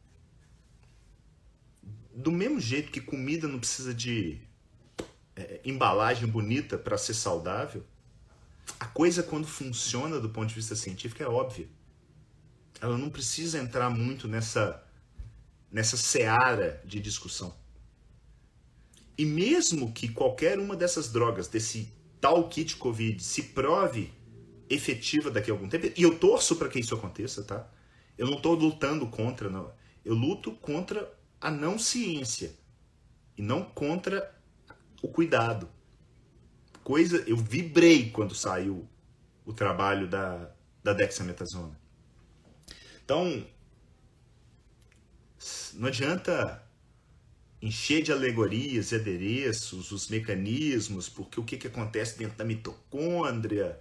Do mesmo jeito que comida não precisa de é, embalagem bonita para ser saudável, a coisa quando funciona do ponto de vista científico é óbvia. Ela não precisa entrar muito nessa, nessa seara de discussão. E mesmo que qualquer uma dessas drogas, desse tal kit Covid, se prove efetiva daqui a algum tempo, e eu torço para que isso aconteça, tá? Eu não estou lutando contra, não. Eu luto contra a não ciência e não contra o cuidado. Coisa, eu vibrei quando saiu o trabalho da, da dexametasona. Então, não adianta encher de alegorias e adereços os mecanismos, porque o que, que acontece dentro da mitocôndria.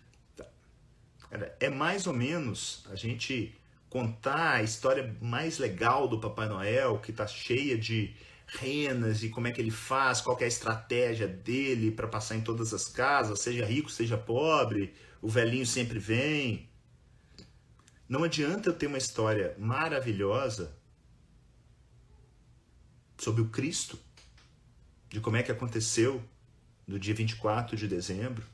É mais ou menos a gente contar a história mais legal do Papai Noel, que está cheia de renas e como é que ele faz, qual que é a estratégia dele para passar em todas as casas, seja rico, seja pobre, o velhinho sempre vem. Não adianta eu ter uma história maravilhosa sobre o Cristo, de como é que aconteceu no dia vinte e quatro de dezembro,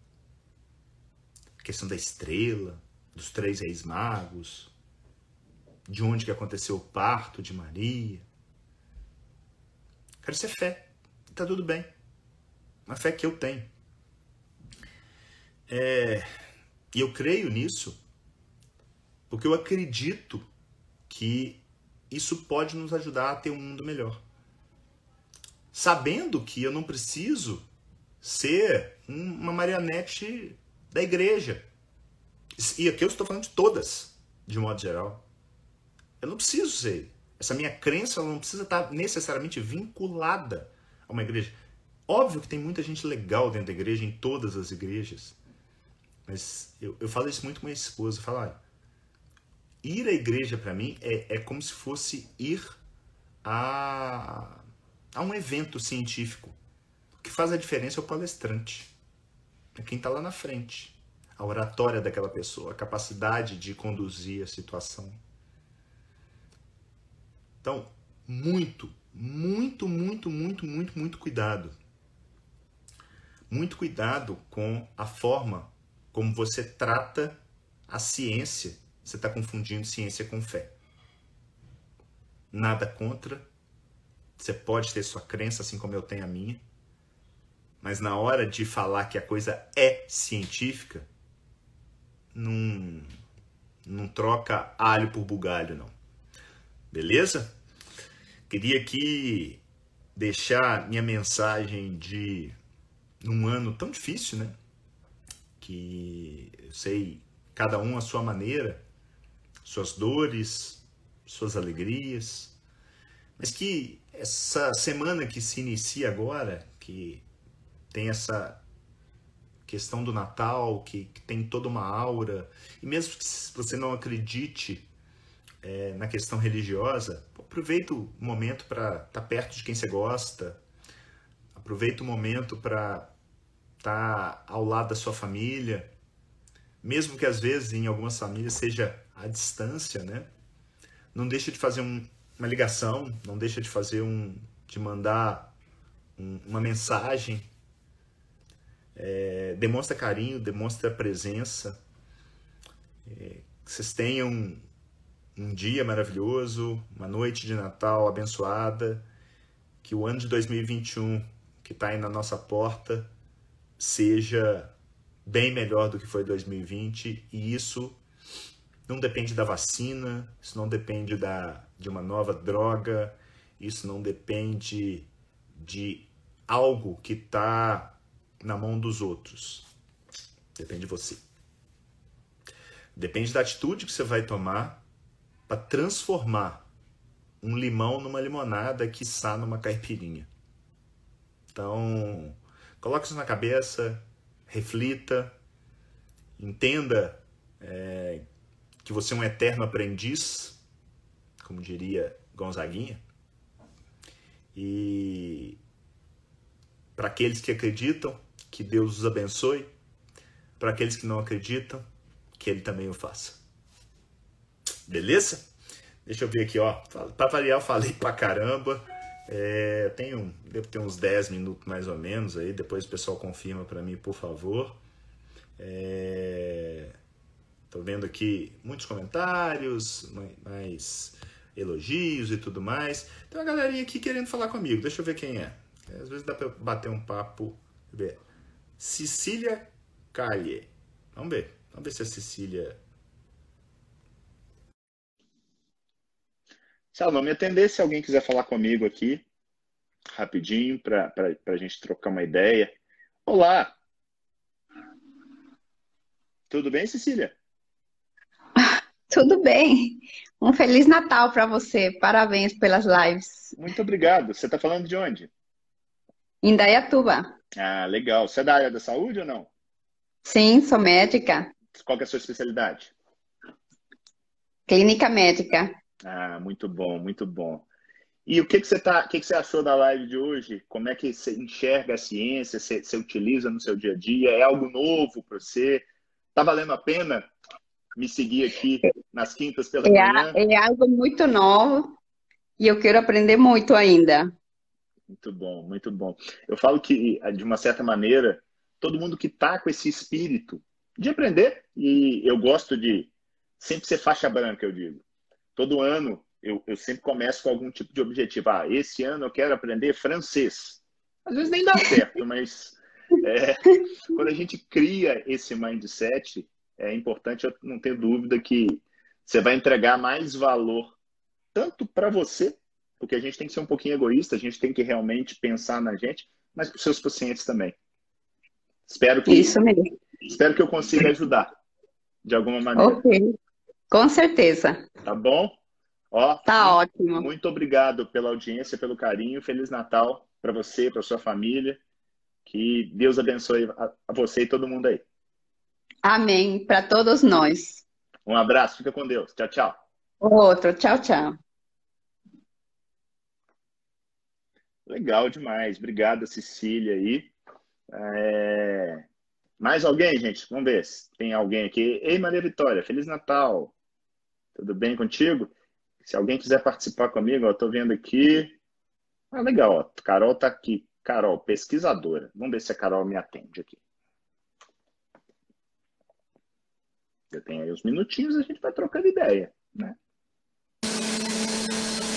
a questão da estrela, dos três reis magos, de onde que aconteceu o parto de Maria. Quero ser fé, tá tudo bem, uma fé que eu tenho. É, e eu creio nisso porque eu acredito que isso pode nos ajudar a ter um mundo melhor. Sabendo que eu não preciso ser uma marionete da igreja. E aqui eu estou falando de todas, de modo geral. Eu não preciso ser. Essa minha crença não precisa estar necessariamente vinculada a uma igreja. Óbvio que tem muita gente legal dentro da igreja, em todas as igrejas. Mas eu, eu falo isso muito com minha esposa. Eu falo, olha, ir à igreja para mim é, é como se fosse ir a, a um evento científico. O que faz a diferença é o palestrante. É quem está lá na frente. A oratória daquela pessoa, a capacidade de conduzir a situação. Então, muito, muito, muito, muito, muito, muito cuidado. Muito cuidado com a forma como você trata a ciência. Você está confundindo ciência com fé. nada contra. Você pode ter sua crença, assim como eu tenho a minha. Mas na hora de falar que a coisa é científica, não, não troca alho por bugalho, não. Beleza? Queria aqui deixar minha mensagem de num ano tão difícil, né? Que eu sei, cada um à sua maneira, suas dores, suas alegrias, mas que essa semana que se inicia agora, que tem essa questão do Natal, que, que tem toda uma aura, e mesmo que você não acredite é, na questão religiosa, aproveita o momento para estar perto de quem você gosta, aproveita o momento para estar ao lado da sua família, mesmo que às vezes em algumas famílias seja à distância, né? Não deixa de fazer um, uma ligação, não deixa de fazer um, de mandar um, uma mensagem. É, demonstra carinho, demonstra presença. É, que vocês tenham um, um dia maravilhoso, uma noite de Natal abençoada, que o ano de dois mil e vinte e um que está aí na nossa porta seja bem melhor do que foi dois mil e vinte, e isso não depende da vacina, isso não depende da, de uma nova droga, isso não depende de algo que está na mão dos outros. Depende de você. Depende da atitude que você vai tomar para transformar um limão numa limonada, quiçá numa caipirinha. Então, coloque isso na cabeça, reflita, entenda é, que você é um eterno aprendiz, como diria Gonzaguinha, e para aqueles que acreditam, que Deus os abençoe, para aqueles que não acreditam, que Ele também o faça. Beleza? Deixa eu ver aqui, ó. Para variar, eu falei pra caramba. É, tenho, devo ter uns dez minutos mais ou menos aí, depois o pessoal confirma para mim, por favor. É, tô vendo aqui muitos comentários, mais elogios e tudo mais. Tem uma galerinha aqui querendo falar comigo, deixa eu ver quem é. Às vezes dá para bater um papo. Ver. Cecília Calle. Vamos ver. Vamos ver se a Cecília... Se ela não me atender, se alguém quiser falar comigo aqui, rapidinho, para a gente trocar uma ideia. Olá! Tudo bem, Cecília? Tudo bem. Um Feliz Natal para você. Parabéns pelas lives. Muito obrigado. Você está falando de onde? Indaiatuba. Ah, legal. Você é da área da saúde ou não? Sim, sou médica. Qual que é a sua especialidade? Clínica médica. Ah, muito bom, muito bom. E o que, que, você, tá, o que, que você achou da live de hoje? Como é que você enxerga a ciência? Você, você utiliza no seu dia a dia? É algo novo para você? Tá valendo a pena me seguir aqui nas quintas pela É, a- manhã? é algo muito novo e eu quero aprender muito ainda. Muito bom, muito bom. Eu falo que, de uma certa maneira, todo mundo que está com esse espírito de aprender, e eu gosto de sempre ser faixa branca, eu digo. Todo ano eu, eu sempre começo com algum tipo de objetivo. Ah, esse ano eu quero aprender francês. Às vezes nem dá certo, mas é, quando a gente cria esse mindset, é importante, eu não tenho dúvida que você vai entregar mais valor tanto para você, porque a gente tem que ser um pouquinho egoísta, a gente tem que realmente pensar na gente, mas para os seus pacientes também. Espero que, Isso mesmo. espero que eu consiga ajudar de alguma maneira. Ok, com certeza. Tá bom? Ó, Tá muito, ótimo. muito obrigado pela audiência, pelo carinho. Feliz Natal para você, para sua família. Que Deus abençoe a, a você e todo mundo aí. Amém para todos nós. Um abraço, fica com Deus. Tchau, tchau. Outro. Tchau, tchau. Legal demais. Obrigado, Cecília aí. É... Mais alguém, gente? Vamos ver se tem alguém aqui. Ei, Maria Vitória, Feliz Natal. Tudo bem contigo? Se alguém quiser participar comigo, eu tô vendo aqui. Ah, legal, ó. Carol tá aqui. Carol, pesquisadora. Vamos ver se a Carol me atende aqui. Eu tenho aí uns minutinhos, a gente vai trocando ideia, né?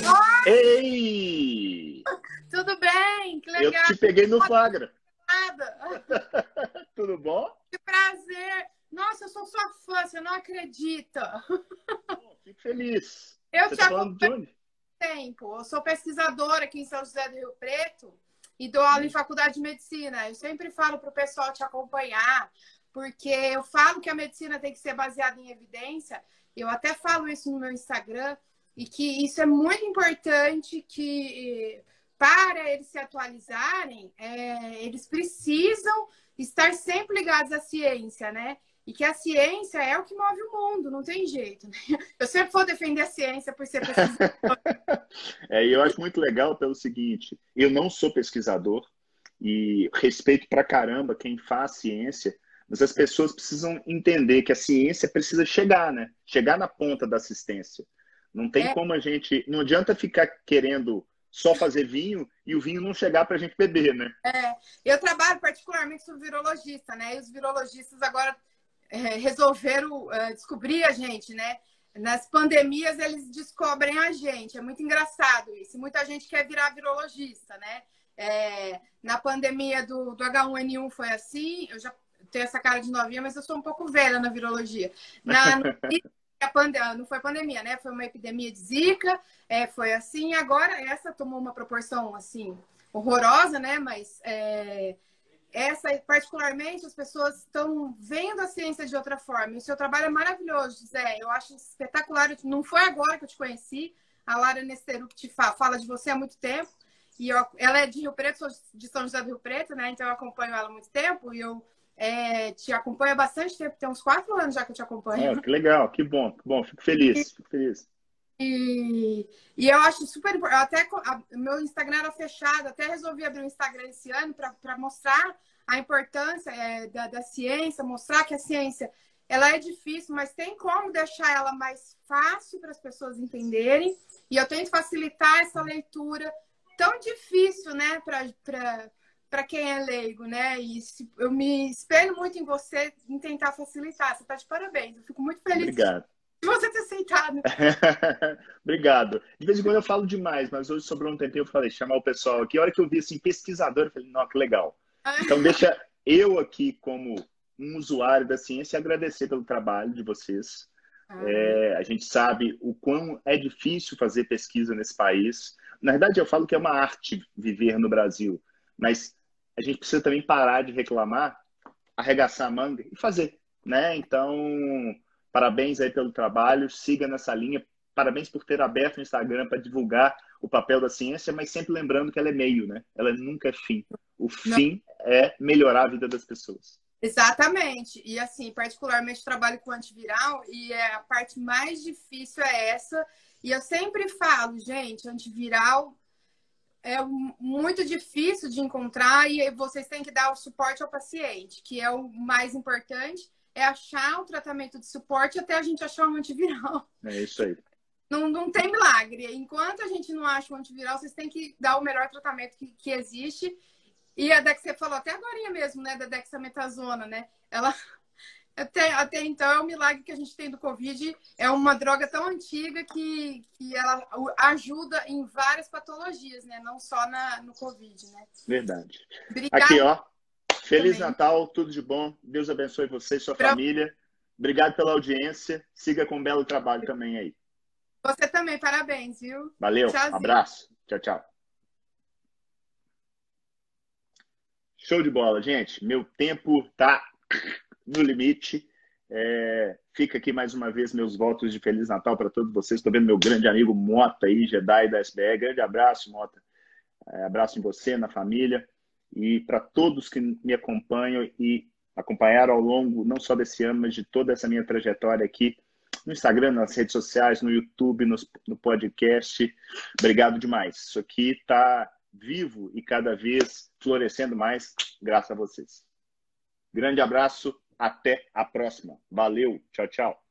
Ei! Tudo bem? Que Eu legal. te peguei no flagra. Nada. Tudo bom? Que prazer. Nossa, eu sou sua fã, você não acredita. Bom, fico feliz. Eu Você te tá falando de acompanho onde? há tempo. Eu sou pesquisadora aqui em São José do Rio Preto e dou aula em faculdade de medicina. Eu sempre falo para o pessoal te acompanhar, porque eu falo que a medicina tem que ser baseada em evidência. Eu até falo isso no meu Instagram, e que isso é muito importante, que para eles se atualizarem, é, eles precisam estar sempre ligados à ciência, né? E que a ciência é o que move o mundo, não tem jeito. Né? Eu sempre vou defender a ciência por ser pesquisadora. É, e eu acho muito legal pelo seguinte, eu não sou pesquisador e respeito pra caramba quem faz ciência, mas as pessoas precisam entender que a ciência precisa chegar, né? Chegar na ponta da assistência. Não tem É, como a gente... Não adianta ficar querendo só fazer vinho e o vinho não chegar pra gente beber, né? é. Eu trabalho particularmente com virologista, né? E os virologistas agora é, resolveram é, descobrir a gente, né? Nas pandemias eles descobrem a gente. É muito engraçado isso. Muita gente quer virar virologista, né? É, na pandemia do, do H um N um foi assim. Eu já tenho essa cara de novinha, mas eu sou um pouco velha na virologia. Na, no, a pande... Não foi pandemia, né? Foi uma epidemia de Zika. É, foi assim. Agora essa tomou uma proporção assim horrorosa, né? Mas é, essa, particularmente, as pessoas estão vendo a ciência de outra forma. E o seu trabalho é maravilhoso, Zé. Eu acho espetacular. Não foi agora que eu te conheci. A Lara Nesteru que te fala, fala de você há muito tempo. E eu, ela é de Rio Preto, sou de São José do Rio Preto, né? Então eu acompanho ela há muito tempo. E eu é, te acompanho há bastante tempo. Tem uns quatro anos já que eu te acompanho. Oh, que legal, que bom, que bom. Fico feliz, fico feliz. E, e eu acho super importante. Até a, meu Instagram era fechado, até resolvi abrir um Instagram esse ano para mostrar a importância é, da, da ciência, mostrar que a ciência ela é difícil, mas tem como deixar ela mais fácil para as pessoas entenderem. E eu tento facilitar essa leitura tão difícil, né, para quem é leigo, né? E eu me espelho muito em você em tentar facilitar. Você está de parabéns. Eu fico muito feliz. Obrigado. De você ter aceitado. Obrigado. De vez em quando eu falo demais, mas hoje sobrou um tempinho, eu falei, chamar o pessoal aqui. A hora que eu vi assim, pesquisador, eu falei, não, que legal. Então deixa eu aqui, como um usuário da ciência, agradecer pelo trabalho de vocês. Ah, é, a gente sabe o quão é difícil fazer pesquisa nesse país. Na verdade, eu falo que é uma arte viver no Brasil, mas a gente precisa também parar de reclamar, arregaçar a manga e fazer, né? Então... Parabéns aí pelo trabalho, siga nessa linha. Parabéns por ter aberto o Instagram para divulgar o papel da ciência, mas sempre lembrando que ela é meio, né? Ela nunca é fim. O fim Não. é melhorar a vida das pessoas. Exatamente. E assim, particularmente trabalho com antiviral e é, a parte mais difícil é essa. E eu sempre falo, gente, antiviral é muito difícil de encontrar e vocês têm que dar o suporte ao paciente, que é o mais importante. É achar o tratamento de suporte até a gente achar um antiviral. É isso aí. Não, não tem milagre. Enquanto a gente não acha um antiviral, vocês têm que dar o melhor tratamento que, que existe. E a Dex, você falou até agora mesmo, né? Da dexametasona, né? Ela, até, até então, é um milagre que a gente tem do Covid. É uma droga tão antiga que, que ela ajuda em várias patologias, né? Não só na, no Covid, né? Verdade. Obrigada. Aqui, ó. Feliz Natal, tudo de bom. Deus abençoe você e sua pra... família. Obrigado pela audiência. Siga com um belo trabalho também aí. Você também, parabéns, viu? Valeu, Tchauzinho. Abraço. Tchau, tchau. Show de bola, gente. Meu tempo tá no limite. É... Fica aqui mais uma vez meus votos de Feliz Natal para todos vocês. Estou vendo meu grande amigo Mota aí, Jedi da S B E. Grande abraço, Mota. É, abraço em você, na família. E para todos que me acompanham e acompanharam ao longo, não só desse ano, mas de toda essa minha trajetória aqui, no Instagram, nas redes sociais, no YouTube, no, no podcast. Obrigado demais. Isso aqui está vivo e cada vez florescendo mais, graças a vocês. Grande abraço, até a próxima. Valeu, tchau, tchau.